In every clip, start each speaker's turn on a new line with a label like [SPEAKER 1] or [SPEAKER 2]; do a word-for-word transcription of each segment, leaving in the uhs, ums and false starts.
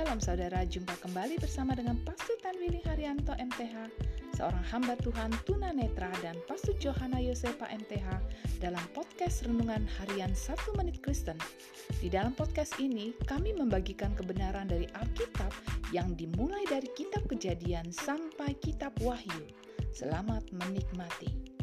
[SPEAKER 1] Shalom saudara, jumpa kembali bersama dengan Pastor Tanwili Haryanto M T H, seorang hamba Tuhan tunanetra, dan Pastor Johana Yosepa M T H dalam podcast Renungan Harian satu Menit Kristen. Di dalam podcast ini, kami membagikan kebenaran dari Alkitab yang dimulai dari Kitab Kejadian sampai Kitab Wahyu. Selamat menikmati.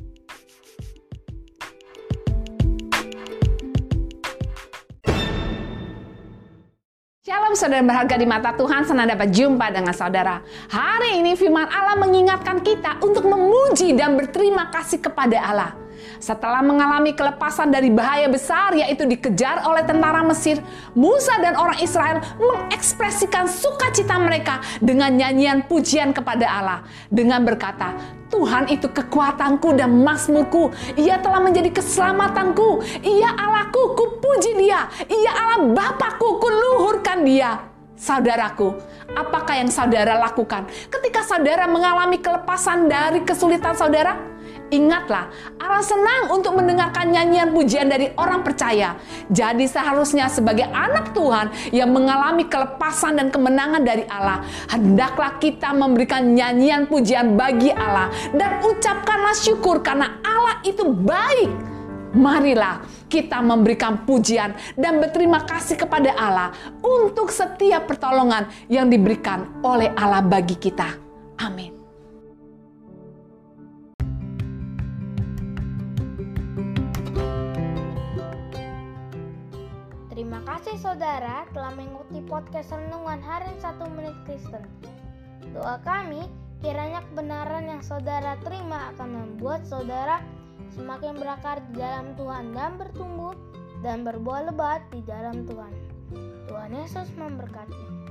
[SPEAKER 2] Shalom saudara berharga di mata Tuhan, senang dapat jumpa dengan saudara. Hari ini firman Allah mengingatkan kita untuk memuji dan berterima kasih kepada Allah. Setelah mengalami kelepasan dari bahaya besar, yaitu dikejar oleh tentara Mesir, Musa dan orang Israel mengekspresikan sukacita mereka dengan nyanyian pujian kepada Allah. Dengan berkata, Tuhan itu kekuatanku dan mazmurku, Ia telah menjadi keselamatanku, Ia Allahku, kupuji Dia, Ia Allah Bapakku, kuluhurkan Dia. Saudaraku, apakah yang saudara lakukan ketika saudara mengalami kelepasan dari kesulitan saudara? Ingatlah, Allah senang untuk mendengarkan nyanyian pujian dari orang percaya. Jadi seharusnya sebagai anak Tuhan yang mengalami kelepasan dan kemenangan dari Allah, hendaklah kita memberikan nyanyian pujian bagi Allah dan ucapkanlah syukur karena Allah itu baik. Marilah kita memberikan pujian dan berterima kasih kepada Allah untuk setiap pertolongan yang diberikan oleh Allah bagi kita. Amin.
[SPEAKER 3] Terima kasih saudara telah mengikuti podcast Renungan Harian satu Menit Kristen. Doa kami, kiranya kebenaran yang saudara terima akan membuat saudara semakin berakar di dalam Tuhan dan bertumbuh dan berbuah lebat di dalam Tuhan. Tuhan Yesus memberkati.